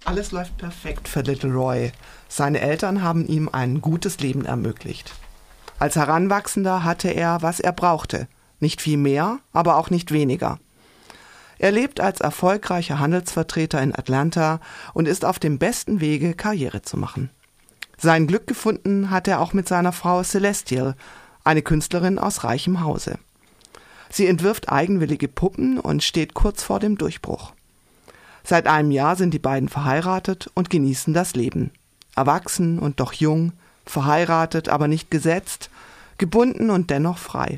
Alles läuft perfekt für Little Roy. Seine Eltern haben ihm ein gutes Leben ermöglicht. Als Heranwachsender hatte er, was er brauchte. Nicht viel mehr, aber auch nicht weniger. Er lebt als erfolgreicher Handelsvertreter in Atlanta und ist auf dem besten Wege, Karriere zu machen. Sein Glück gefunden hat er auch mit seiner Frau Celestial, eine Künstlerin aus reichem Hause. Sie entwirft eigenwillige Puppen und steht kurz vor dem Durchbruch. Seit einem Jahr sind die beiden verheiratet und genießen das Leben. Erwachsen und doch jung, verheiratet, aber nicht gesetzt, gebunden und dennoch frei.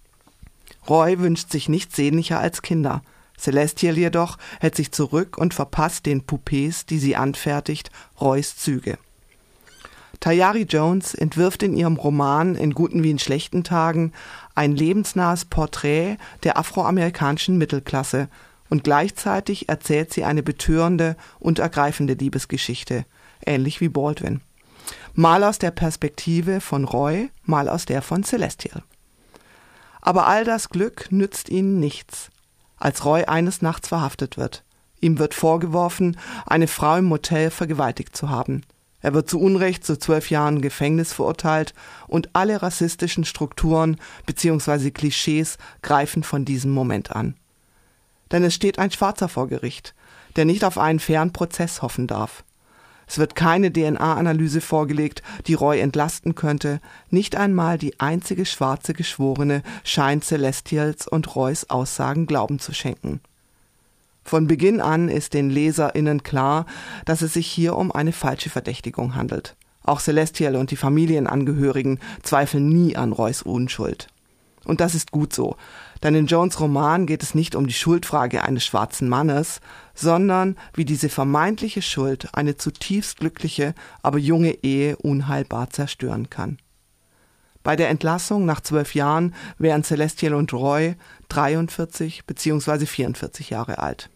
Roy wünscht sich nichts sehnlicher als Kinder. Celestial jedoch hält sich zurück und verpasst den Poupées, die sie anfertigt, Roys Züge. Tayari Jones entwirft in ihrem Roman In guten wie in schlechten Tagen ein lebensnahes Porträt der afroamerikanischen Mittelklasse und gleichzeitig erzählt sie eine betörende und ergreifende Liebesgeschichte, ähnlich wie Baldwin. Mal aus der Perspektive von Roy, mal aus der von Celestial. Aber all das Glück nützt ihnen nichts, als Roy eines Nachts verhaftet wird. Ihm wird vorgeworfen, eine Frau im Motel vergewaltigt zu haben. Er wird zu Unrecht zu 12 Jahren Gefängnis verurteilt und alle rassistischen Strukturen bzw. Klischees greifen von diesem Moment an. Denn es steht ein Schwarzer vor Gericht, der nicht auf einen fairen Prozess hoffen darf. Es wird keine DNA-Analyse vorgelegt, die Roy entlasten könnte. Nicht einmal die einzige schwarze Geschworene scheint Celestials und Roys Aussagen Glauben zu schenken. Von Beginn an ist den LeserInnen klar, dass es sich hier um eine falsche Verdächtigung handelt. Auch Celestial und die Familienangehörigen zweifeln nie an Roys Unschuld. Und das ist gut so, denn in Jones' Roman geht es nicht um die Schuldfrage eines schwarzen Mannes, sondern wie diese vermeintliche Schuld eine zutiefst glückliche, aber junge Ehe unheilbar zerstören kann. Bei der Entlassung nach 12 Jahren wären Celestial und Roy 43 bzw. 44 Jahre alt.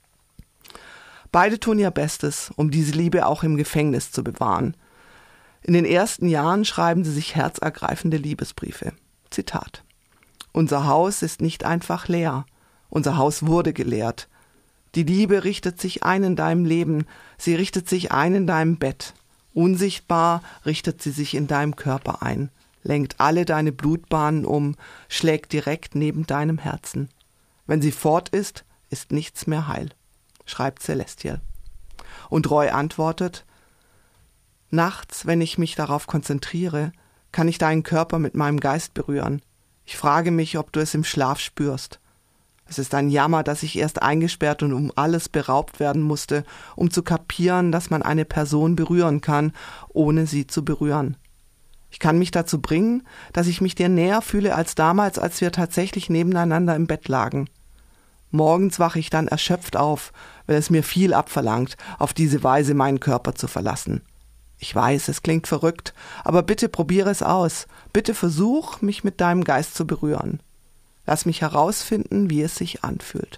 Beide tun ihr Bestes, um diese Liebe auch im Gefängnis zu bewahren. In den ersten Jahren schreiben sie sich herzergreifende Liebesbriefe. Zitat: Unser Haus ist nicht einfach leer. Unser Haus wurde geleert. Die Liebe richtet sich ein in deinem Leben. Sie richtet sich ein in deinem Bett. Unsichtbar richtet sie sich in deinem Körper ein, lenkt alle deine Blutbahnen um, schlägt direkt neben deinem Herzen. Wenn sie fort ist, ist nichts mehr heil, schreibt Celestial. Und Roy antwortet: Nachts, wenn ich mich darauf konzentriere, kann ich deinen Körper mit meinem Geist berühren. Ich frage mich, ob du es im Schlaf spürst. Es ist ein Jammer, dass ich erst eingesperrt und um alles beraubt werden musste, um zu kapieren, dass man eine Person berühren kann, ohne sie zu berühren. Ich kann mich dazu bringen, dass ich mich dir näher fühle als damals, als wir tatsächlich nebeneinander im Bett lagen. Morgens wache ich dann erschöpft auf, weil es mir viel abverlangt, auf diese Weise meinen Körper zu verlassen. Ich weiß, es klingt verrückt, aber bitte probiere es aus. Bitte versuch, mich mit deinem Geist zu berühren. Lass mich herausfinden, wie es sich anfühlt.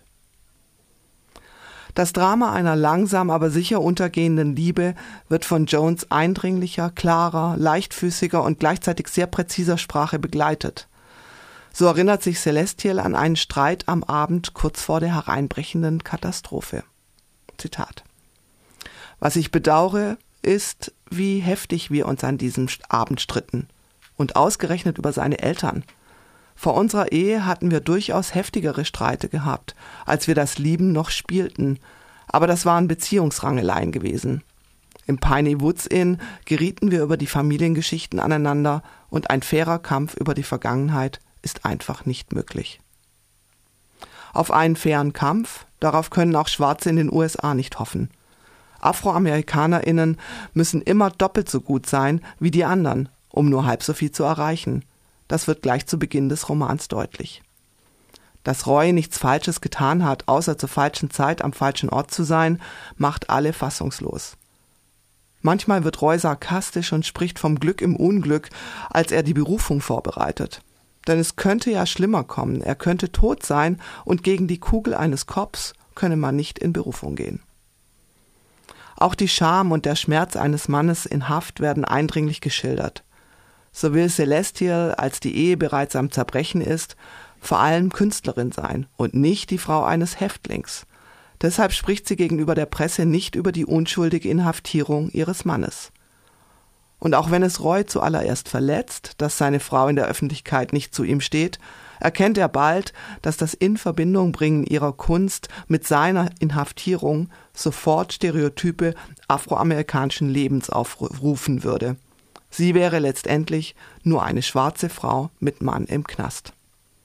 Das Drama einer langsam, aber sicher untergehenden Liebe wird von Jones' eindringlicher, klarer, leichtfüßiger und gleichzeitig sehr präziser Sprache begleitet. So erinnert sich Celestial an einen Streit am Abend kurz vor der hereinbrechenden Katastrophe. Zitat: Was ich bedauere, ist, wie heftig wir uns an diesem Abend stritten. Und ausgerechnet über seine Eltern. Vor unserer Ehe hatten wir durchaus heftigere Streite gehabt, als wir das Lieben noch spielten. Aber das waren Beziehungsrangeleien gewesen. Im Piney Woods Inn gerieten wir über die Familiengeschichten aneinander und ein fairer Kampf über die Vergangenheit ist einfach nicht möglich. Auf einen fairen Kampf, darauf können auch Schwarze in den USA nicht hoffen. AfroamerikanerInnen müssen immer doppelt so gut sein wie die anderen, um nur halb so viel zu erreichen. Das wird gleich zu Beginn des Romans deutlich. Dass Roy nichts Falsches getan hat, außer zur falschen Zeit am falschen Ort zu sein, macht alle fassungslos. Manchmal wird Roy sarkastisch und spricht vom Glück im Unglück, als er die Berufung vorbereitet. Denn es könnte ja schlimmer kommen, er könnte tot sein und gegen die Kugel eines Cops könne man nicht in Berufung gehen. Auch die Scham und der Schmerz eines Mannes in Haft werden eindringlich geschildert. So will Celestial, als die Ehe bereits am Zerbrechen ist, vor allem Künstlerin sein und nicht die Frau eines Häftlings. Deshalb spricht sie gegenüber der Presse nicht über die unschuldige Inhaftierung ihres Mannes. Und auch wenn es Roy zuallererst verletzt, dass seine Frau in der Öffentlichkeit nicht zu ihm steht, erkennt er bald, dass das Inverbindungbringen ihrer Kunst mit seiner Inhaftierung sofort Stereotype afroamerikanischen Lebens aufrufen würde. Sie wäre letztendlich nur eine schwarze Frau mit Mann im Knast.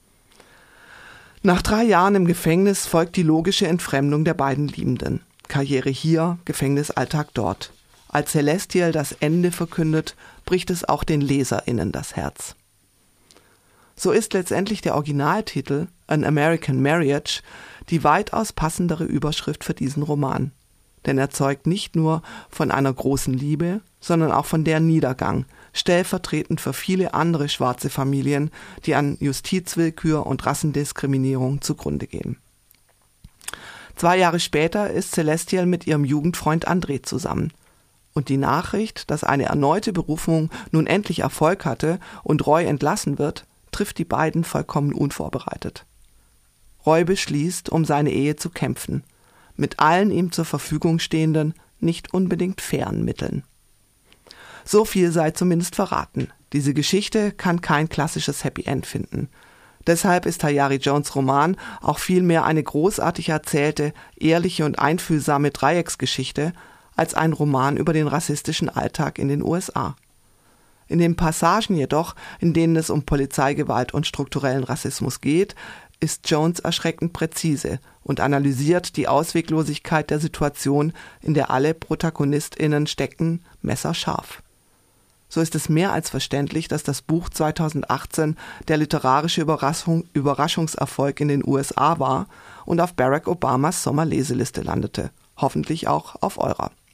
Nach 3 Jahren im Gefängnis folgt die logische Entfremdung der beiden Liebenden. Karriere hier, Gefängnisalltag dort. Als Celestial das Ende verkündet, bricht es auch den LeserInnen das Herz. So ist letztendlich der Originaltitel An American Marriage die weitaus passendere Überschrift für diesen Roman. Denn er zeugt nicht nur von einer großen Liebe, sondern auch von deren Niedergang, stellvertretend für viele andere schwarze Familien, die an Justizwillkür und Rassendiskriminierung zugrunde gehen. 2 Jahre später ist Celestial mit ihrem Jugendfreund André zusammen. Und die Nachricht, dass eine erneute Berufung nun endlich Erfolg hatte und Roy entlassen wird, trifft die beiden vollkommen unvorbereitet. Roy beschließt, um seine Ehe zu kämpfen, mit allen ihm zur Verfügung stehenden, nicht unbedingt fairen Mitteln. So viel sei zumindest verraten. Diese Geschichte kann kein klassisches Happy End finden. Deshalb ist Tayari Jones' Roman auch vielmehr eine großartig erzählte, ehrliche und einfühlsame Dreiecksgeschichte als ein Roman über den rassistischen Alltag in den USA. In den Passagen jedoch, in denen es um Polizeigewalt und strukturellen Rassismus geht, ist Jones erschreckend präzise und analysiert die Ausweglosigkeit der Situation, in der alle ProtagonistInnen stecken, messerscharf. So ist es mehr als verständlich, dass das Buch 2018 der literarische Überraschungserfolg in den USA war und auf Barack Obamas Sommerleseliste landete. Hoffentlich auch auf eurer.